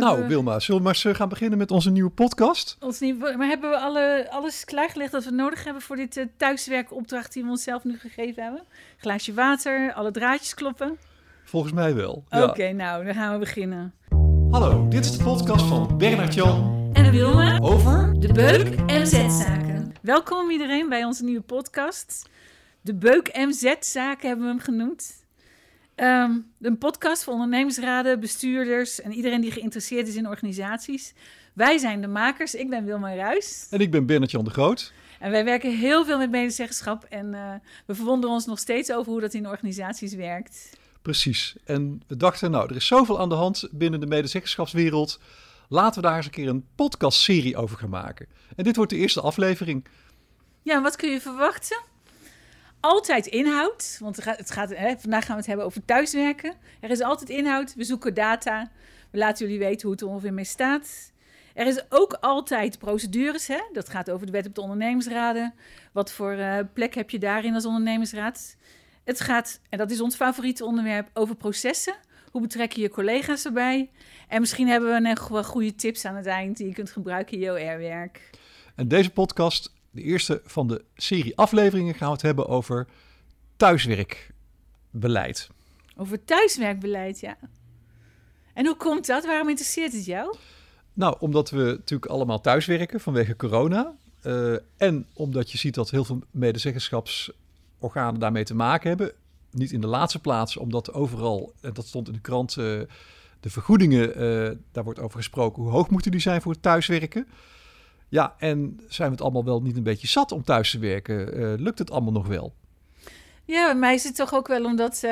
Nou, Wilma, zullen we maar eens gaan beginnen met onze nieuwe podcast? Maar hebben we alles klaargelegd dat we nodig hebben voor dit thuiswerkopdracht die we onszelf nu gegeven hebben? Glaasje water, alle draadjes kloppen? Volgens mij wel. Oké, nou, dan gaan we beginnen. Hallo, dit is de podcast van Bernard-Jan en Wilma over de Beuk MZ-zaken. Welkom iedereen bij onze nieuwe podcast. De Beuk MZ-zaken hebben we hem genoemd. Een podcast voor ondernemersraden, bestuurders en iedereen die geïnteresseerd is in organisaties. Wij zijn de makers. Ik ben Wilma Ruijs. En ik ben Bernard-Jan de Groot. En wij werken heel veel met medezeggenschap. En we verwonderen ons nog steeds over hoe dat in organisaties werkt. Precies. En we dachten, nou, er is zoveel aan de hand binnen de medezeggenschapswereld. Laten we daar eens een keer een podcastserie over gaan maken. En dit wordt de eerste aflevering. Ja, wat kun je verwachten? Altijd inhoud, want vandaag gaan we het hebben over thuiswerken. Er is altijd inhoud, we zoeken data, we laten jullie weten hoe het er ongeveer mee staat. Er is ook altijd procedures, hè? Dat gaat over de wet op de ondernemersraden. Wat voor plek heb je daarin als ondernemersraad? Het gaat, en dat is ons favoriete onderwerp, over processen. Hoe betrek je je collega's erbij? En misschien hebben we nog wel goede tips aan het eind die je kunt gebruiken in je OR-werk. En deze podcast, de eerste van de serie afleveringen, gaan we het hebben over thuiswerkbeleid. Over thuiswerkbeleid, ja. En hoe komt dat? Waarom interesseert het jou? Nou, omdat we natuurlijk allemaal thuiswerken vanwege corona. En omdat je ziet dat heel veel medezeggenschapsorganen daarmee te maken hebben. Niet in de laatste plaats, omdat overal, en dat stond in de krant, de vergoedingen, daar wordt over gesproken. Hoe hoog moeten die zijn voor het thuiswerken? Ja, en zijn we het allemaal wel niet een beetje zat om thuis te werken? Lukt het allemaal nog wel? Ja, bij mij is het toch ook wel omdat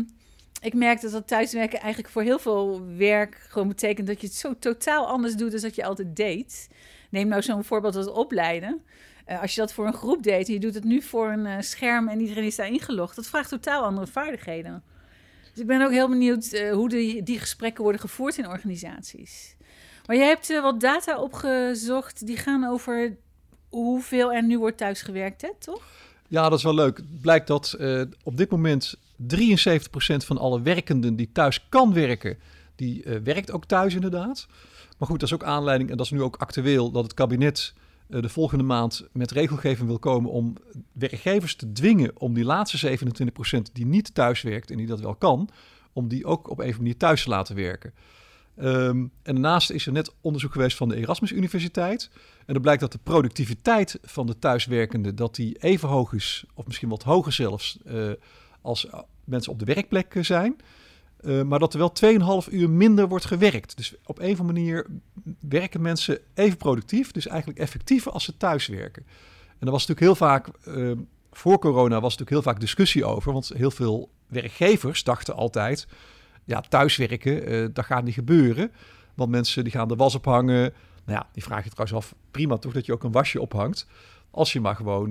ik merk dat thuiswerken eigenlijk voor heel veel werk gewoon betekent dat je het zo totaal anders doet dan dat je altijd deed. Neem nou zo'n voorbeeld als opleiden. Als je dat voor een groep deed en je doet het nu voor een scherm en iedereen is daar ingelogd, dat vraagt totaal andere vaardigheden. Dus ik ben ook heel benieuwd hoe die gesprekken worden gevoerd in organisaties. Maar jij hebt wat data opgezocht die gaan over hoeveel er nu wordt thuisgewerkt, hè, toch? Ja, dat is wel leuk. Het blijkt dat op dit moment 73% van alle werkenden die thuis kan werken, die werkt ook thuis inderdaad. Maar goed, dat is ook aanleiding, en dat is nu ook actueel, dat het kabinet de volgende maand met regelgeving wil komen om werkgevers te dwingen om die laatste 27% die niet thuis werkt en die dat wel kan, om die ook op een of andere manier thuis te laten werken. En daarnaast is er net onderzoek geweest van de Erasmus Universiteit. En er blijkt dat de productiviteit van de thuiswerkenden, dat die even hoog is, of misschien wat hoger zelfs, als mensen op de werkplek zijn. Maar dat er wel 2,5 uur minder wordt gewerkt. Dus op een of andere manier werken mensen even productief, dus eigenlijk effectiever als ze thuis werken. En er was natuurlijk heel vaak, voor corona was natuurlijk heel vaak discussie over, want heel veel werkgevers dachten altijd, ja, thuiswerken, dat gaat niet gebeuren. Want mensen die gaan de was ophangen. Nou ja, die vraag je trouwens af, prima toch dat je ook een wasje ophangt, als je maar gewoon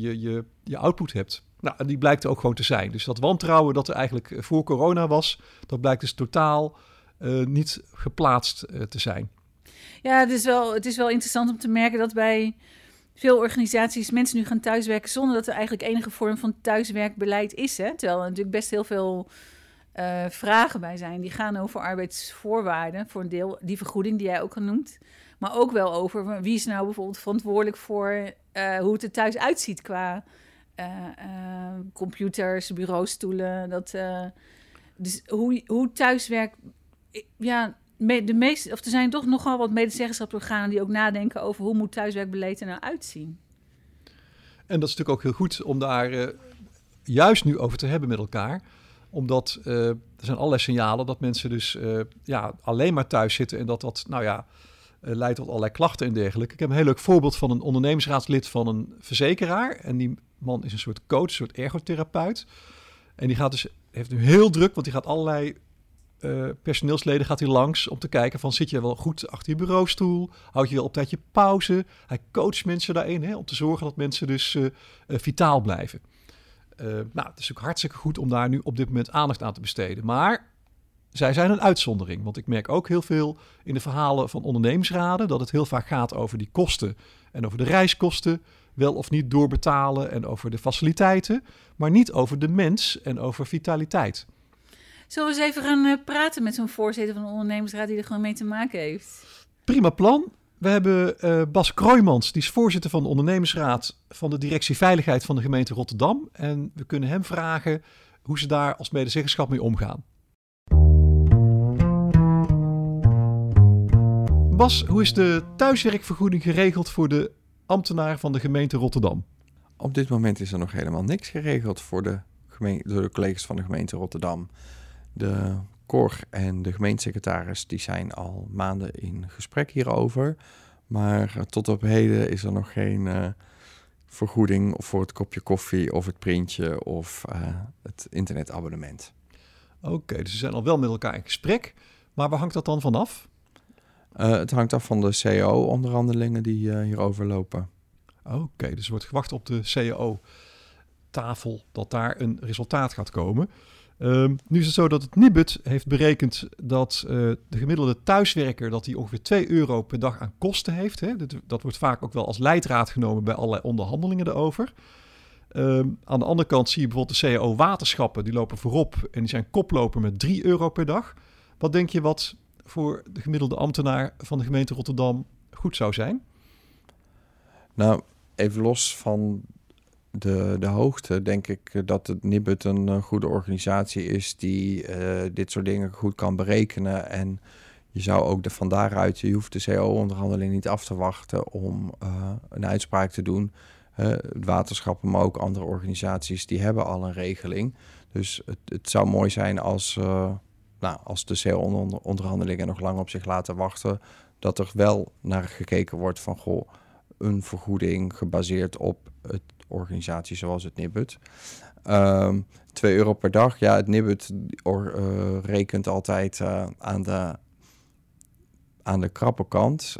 je output hebt. Nou, en die blijkt er ook gewoon te zijn. Dus dat wantrouwen dat er eigenlijk voor corona was, dat blijkt dus totaal niet geplaatst te zijn. Ja, het is wel interessant om te merken dat bij veel organisaties mensen nu gaan thuiswerken zonder dat er eigenlijk enige vorm van thuiswerkbeleid is. Hè? Terwijl er natuurlijk best heel veel vragen bij zijn. Die gaan over arbeidsvoorwaarden, voor een deel, die vergoeding die jij ook al noemt. Maar ook wel over wie is nou bijvoorbeeld verantwoordelijk voor hoe het er thuis uitziet qua computers, bureaustoelen. Dus hoe thuiswerk. Ja, er zijn toch nogal wat medezeggenschapsorganen die ook nadenken over hoe moet thuiswerkbeleid er nou uitzien. En dat is natuurlijk ook heel goed om daar juist nu over te hebben met elkaar. Omdat er zijn allerlei signalen dat mensen dus alleen maar thuis zitten en dat leidt tot allerlei klachten en dergelijke. Ik heb een heel leuk voorbeeld van een ondernemingsraadslid van een verzekeraar. En die man is een soort coach, een soort ergotherapeut. En die heeft nu heel druk, want die gaat allerlei personeelsleden gaat hij langs om te kijken van, zit je wel goed achter je bureaustoel? Houd je wel op tijd je pauze? Hij coacht mensen daarin, om te zorgen dat mensen dus vitaal blijven. Het is ook hartstikke goed om daar nu op dit moment aandacht aan te besteden. Maar zij zijn een uitzondering. Want ik merk ook heel veel in de verhalen van ondernemingsraden dat het heel vaak gaat over die kosten en over de reiskosten, wel of niet doorbetalen en over de faciliteiten, maar niet over de mens en over vitaliteit. Zullen we eens even gaan praten met zo'n voorzitter van de ondernemersraad die er gewoon mee te maken heeft? Prima plan. We hebben Bas Kroijmans, die is voorzitter van de ondernemersraad van de directie Veiligheid van de gemeente Rotterdam. En we kunnen hem vragen hoe ze daar als medezeggenschap mee omgaan. Bas, hoe is de thuiswerkvergoeding geregeld voor de ambtenaren van de gemeente Rotterdam? Op dit moment is er nog helemaal niks geregeld door de collega's van de gemeente Rotterdam. De Cor en de gemeentesecretaris die zijn al maanden in gesprek hierover. Maar tot op heden is er nog geen vergoeding voor het kopje koffie of het printje of het internetabonnement. Oké, dus ze zijn al wel met elkaar in gesprek. Maar waar hangt dat dan vanaf? Het hangt af van de CAO-onderhandelingen die hierover lopen. Oké, dus er wordt gewacht op de CAO-tafel dat daar een resultaat gaat komen. Nu is het zo dat het Nibud heeft berekend dat de gemiddelde thuiswerker dat hij ongeveer €2 per dag aan kosten heeft. Hè? Dat wordt vaak ook wel als leidraad genomen bij allerlei onderhandelingen erover. Aan de andere kant zie je bijvoorbeeld de CAO-waterschappen, die lopen voorop en die zijn koploper met €3 per dag. Wat denk je wat voor de gemiddelde ambtenaar van de gemeente Rotterdam goed zou zijn? Nou, even los van de hoogte, denk ik dat het Nibud een goede organisatie is die dit soort dingen goed kan berekenen. En je zou ook van daaruit, je hoeft de CAO-onderhandeling niet af te wachten om een uitspraak te doen. Waterschappen, maar ook andere organisaties, die hebben al een regeling. Dus het zou mooi zijn als de CAO-onderhandelingen nog lang op zich laten wachten, dat er wel naar gekeken wordt van een vergoeding gebaseerd op het organisatie zoals het Nibud. €2 per dag. Ja, het Nibud rekent altijd aan de krappe kant.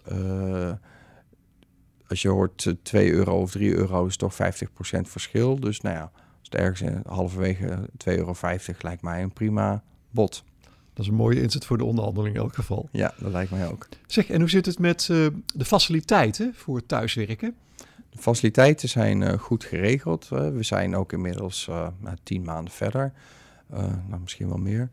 Als je hoort €2 of €3 is toch 50% verschil. Dus nou ja, als het ergens halverwege €2,50 lijkt mij een prima bod. Dat is een mooie inzet voor de onderhandeling in elk geval. Ja, dat lijkt mij ook. Zeg, en hoe zit het met de faciliteiten voor thuiswerken? De faciliteiten zijn goed geregeld. We zijn ook inmiddels 10 maanden verder. Misschien wel meer.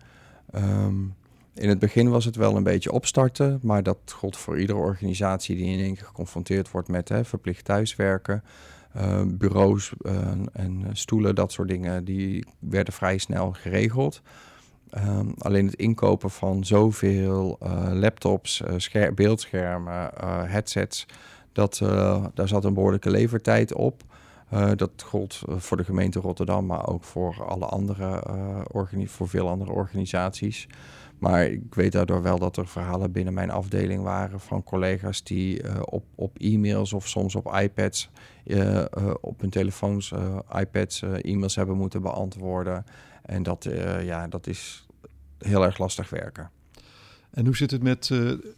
In het begin was het wel een beetje opstarten, maar dat gold voor iedere organisatie die in één keer geconfronteerd wordt met verplicht thuiswerken. Bureaus en stoelen, dat soort dingen, die werden vrij snel geregeld. Alleen het inkopen van zoveel laptops, beeldschermen, headsets, daar zat een behoorlijke levertijd op. Dat gold voor de gemeente Rotterdam, maar ook voor alle andere voor veel andere organisaties. Maar ik weet daardoor wel dat er verhalen binnen mijn afdeling waren van collega's die op e-mails of soms op iPads, op hun telefoons, iPads, e-mails hebben moeten beantwoorden. En dat is heel erg lastig werken. En hoe zit het met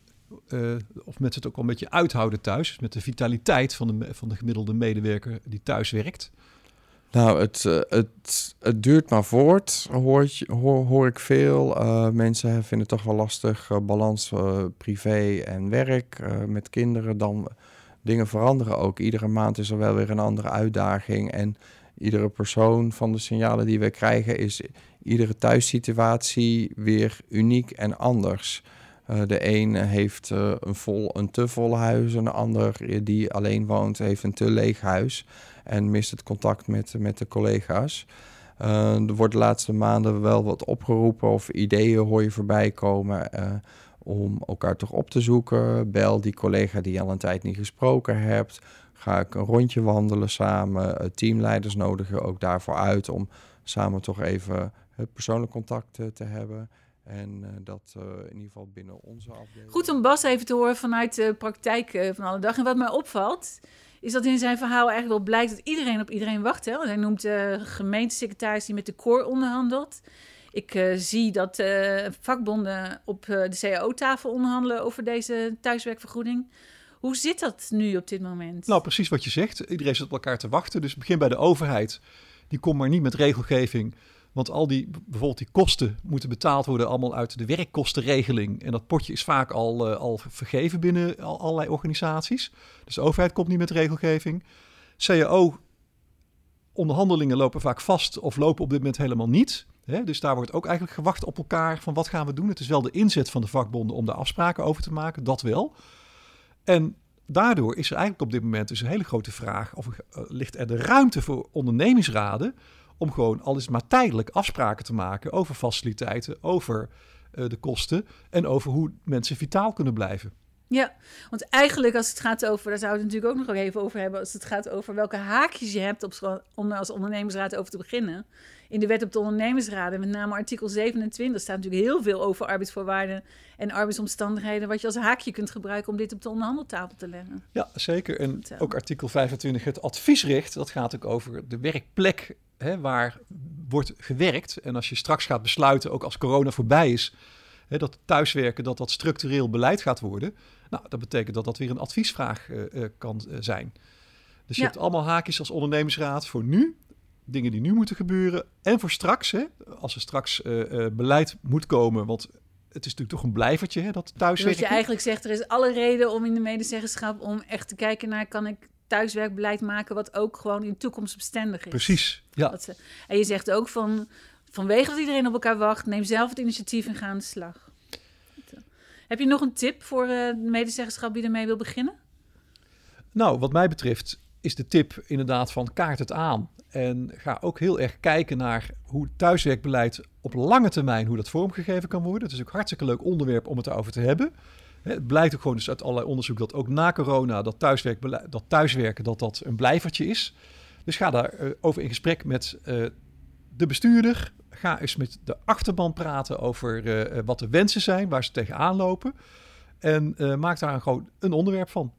het ook al een beetje uithouden thuis? Met de vitaliteit van de gemiddelde medewerker die thuis werkt? Nou, het duurt maar voort, hoor ik veel. Mensen vinden het toch wel lastig, balans privé en werk met kinderen. Dan dingen veranderen ook. Iedere maand is er wel weer een andere uitdaging. En iedere persoon van de signalen die we krijgen is iedere thuissituatie weer uniek en anders. De een heeft een te vol huis, een ander die alleen woont heeft een te leeg huis en mist het contact met de collega's. Er wordt de laatste maanden wel wat opgeroepen of ideeën hoor je voorbij komen om elkaar toch op te zoeken. Bel die collega die je al een tijd niet gesproken hebt. Ga ik een rondje wandelen samen. Teamleiders nodigen ook daarvoor uit om samen toch even het persoonlijk contact te hebben. En dat in ieder geval binnen onze afdeling. Goed om Bas even te horen vanuit de praktijk van alle dag. En wat mij opvalt, is dat in zijn verhaal eigenlijk wel blijkt dat iedereen op iedereen wacht. Hè? Hij noemt de gemeentesecretaris die met de Cor onderhandelt. Ik zie dat vakbonden op de CAO-tafel onderhandelen over deze thuiswerkvergoeding. Hoe zit dat nu op dit moment? Nou, precies wat je zegt. Iedereen zit op elkaar te wachten. Dus begin bij de overheid. Die komt maar niet met regelgeving. Want bijvoorbeeld die kosten moeten betaald worden allemaal uit de werkkostenregeling. En dat potje is vaak al vergeven binnen allerlei organisaties. Dus de overheid komt niet met regelgeving. CAO-onderhandelingen lopen vaak vast of lopen op dit moment helemaal niet. Dus daar wordt ook eigenlijk gewacht op elkaar van wat gaan we doen. Het is wel de inzet van de vakbonden om daar afspraken over te maken, dat wel. En daardoor is er eigenlijk op dit moment dus een hele grote vraag, of ligt er de ruimte voor ondernemingsraden om gewoon al is maar tijdelijk afspraken te maken over faciliteiten, over de kosten en over hoe mensen vitaal kunnen blijven. Ja, want eigenlijk als het gaat over, daar zouden we het natuurlijk ook nog even over hebben, als het gaat over welke haakjes je hebt om als ondernemingsraad over te beginnen. In de wet op de ondernemingsraden, met name artikel 27, staat natuurlijk heel veel over arbeidsvoorwaarden en arbeidsomstandigheden, wat je als haakje kunt gebruiken om dit op de onderhandeltafel te leggen. Ja, zeker. En ook artikel 25, het adviesrecht, dat gaat ook over de werkplek waar wordt gewerkt. En als je straks gaat besluiten, ook als corona voorbij is, dat thuiswerken, dat structureel beleid gaat worden. Nou, dat betekent dat dat weer een adviesvraag kan zijn. Dus je hebt allemaal haakjes als ondernemingsraad voor nu, dingen die nu moeten gebeuren. En voor straks, als er straks beleid moet komen, want het is natuurlijk toch een blijvertje, dat thuiswerken. Dus wat je eigenlijk zegt, er is alle reden om in de medezeggenschap om echt te kijken naar, kan ik thuiswerkbeleid maken wat ook gewoon in toekomstbestendig is. Precies, ja. En je zegt ook vanwege dat iedereen op elkaar wacht, neem zelf het initiatief en ga aan de slag. Heb je nog een tip voor de medezeggenschap die ermee wil beginnen? Nou, wat mij betreft is de tip inderdaad van kaart het aan. En ga ook heel erg kijken naar hoe thuiswerkbeleid op lange termijn, hoe dat vormgegeven kan worden. Het is ook een hartstikke leuk onderwerp om het erover te hebben. Het blijkt ook gewoon dus uit allerlei onderzoek dat ook na corona dat thuiswerken dat een blijvertje is. Dus ga daarover in gesprek met de bestuurder. Ga eens met de achterban praten over wat de wensen zijn, waar ze tegenaan lopen. En maak daar gewoon een onderwerp van.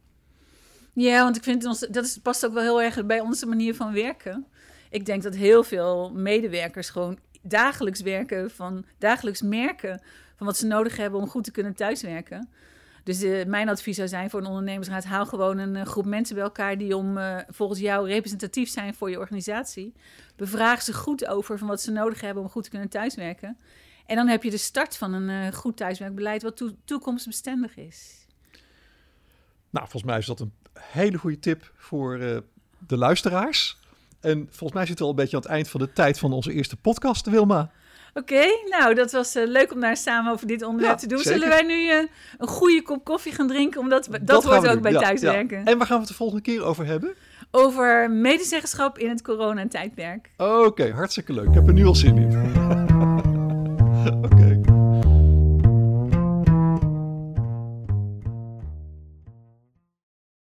Ja, want ik vind past ook wel heel erg bij onze manier van werken. Ik denk dat heel veel medewerkers gewoon dagelijks merken van wat ze nodig hebben om goed te kunnen thuiswerken. Dus mijn advies zou zijn voor een ondernemingsraad, haal gewoon een groep mensen bij elkaar die volgens jou representatief zijn voor je organisatie. Bevraag ze goed over van wat ze nodig hebben om goed te kunnen thuiswerken. En dan heb je de start van een goed thuiswerkbeleid wat toekomstbestendig is. Nou, volgens mij is dat een hele goede tip voor de luisteraars. En volgens mij zit het al een beetje aan het eind van de tijd van onze eerste podcast, Wilma. Oké, nou, dat was leuk om daar samen over dit onderwerp te doen. Zeker. Zullen wij nu een goede kop koffie gaan drinken? Omdat dat hoort ook bij thuiswerken. Ja. En waar gaan we het de volgende keer over hebben? Over medezeggenschap in het coronatijdperk. Oké, hartstikke leuk. Ik heb er nu al zin in.